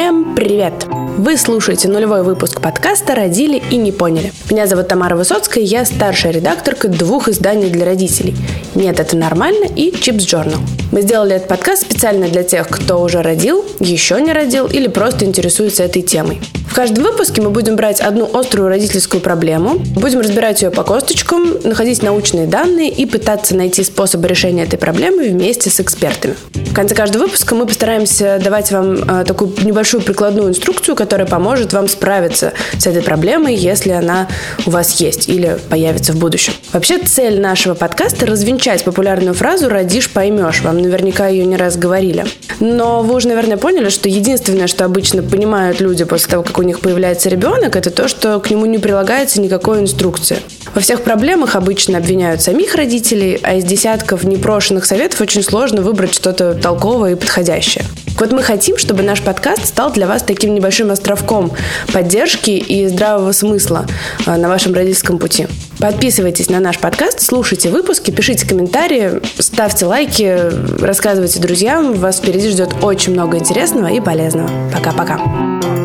Всем привет! Вы слушаете нулевой выпуск подкаста «Родили и не поняли». Меня зовут Тамара Высоцкая, я старшая редакторка 2 изданий для родителей «Нет, это нормально» и «Чипс Journal». Мы сделали этот подкаст специально для тех, кто уже родил, еще не родил или просто интересуется этой темой. В каждом выпуске мы будем брать одну острую родительскую проблему, будем разбирать ее по косточкам, находить научные данные и пытаться найти способы решения этой проблемы вместе с экспертами. В конце каждого выпуска мы постараемся давать вам такую небольшую прикладную инструкцию, которая поможет вам справиться с этой проблемой, если она у вас есть или появится в будущем. Вообще, цель нашего подкаста – развенчать популярную фразу «родишь, поймешь». Вам наверняка ее не раз говорили. Но вы уже, наверное, поняли, что единственное, что обычно понимают люди после того, как у них появляется ребенок, это то, что к нему не прилагается никакой инструкции. Во всех проблемах обычно обвиняют самих родителей, а из десятков непрошенных советов очень сложно выбрать что-то толковое и подходящее. Вот мы хотим, чтобы наш подкаст стал для вас таким небольшим островком поддержки и здравого смысла на вашем родительском пути. Подписывайтесь на наш подкаст, слушайте выпуски, пишите комментарии, ставьте лайки, рассказывайте друзьям. Вас впереди ждет очень много интересного и полезного. Пока-пока.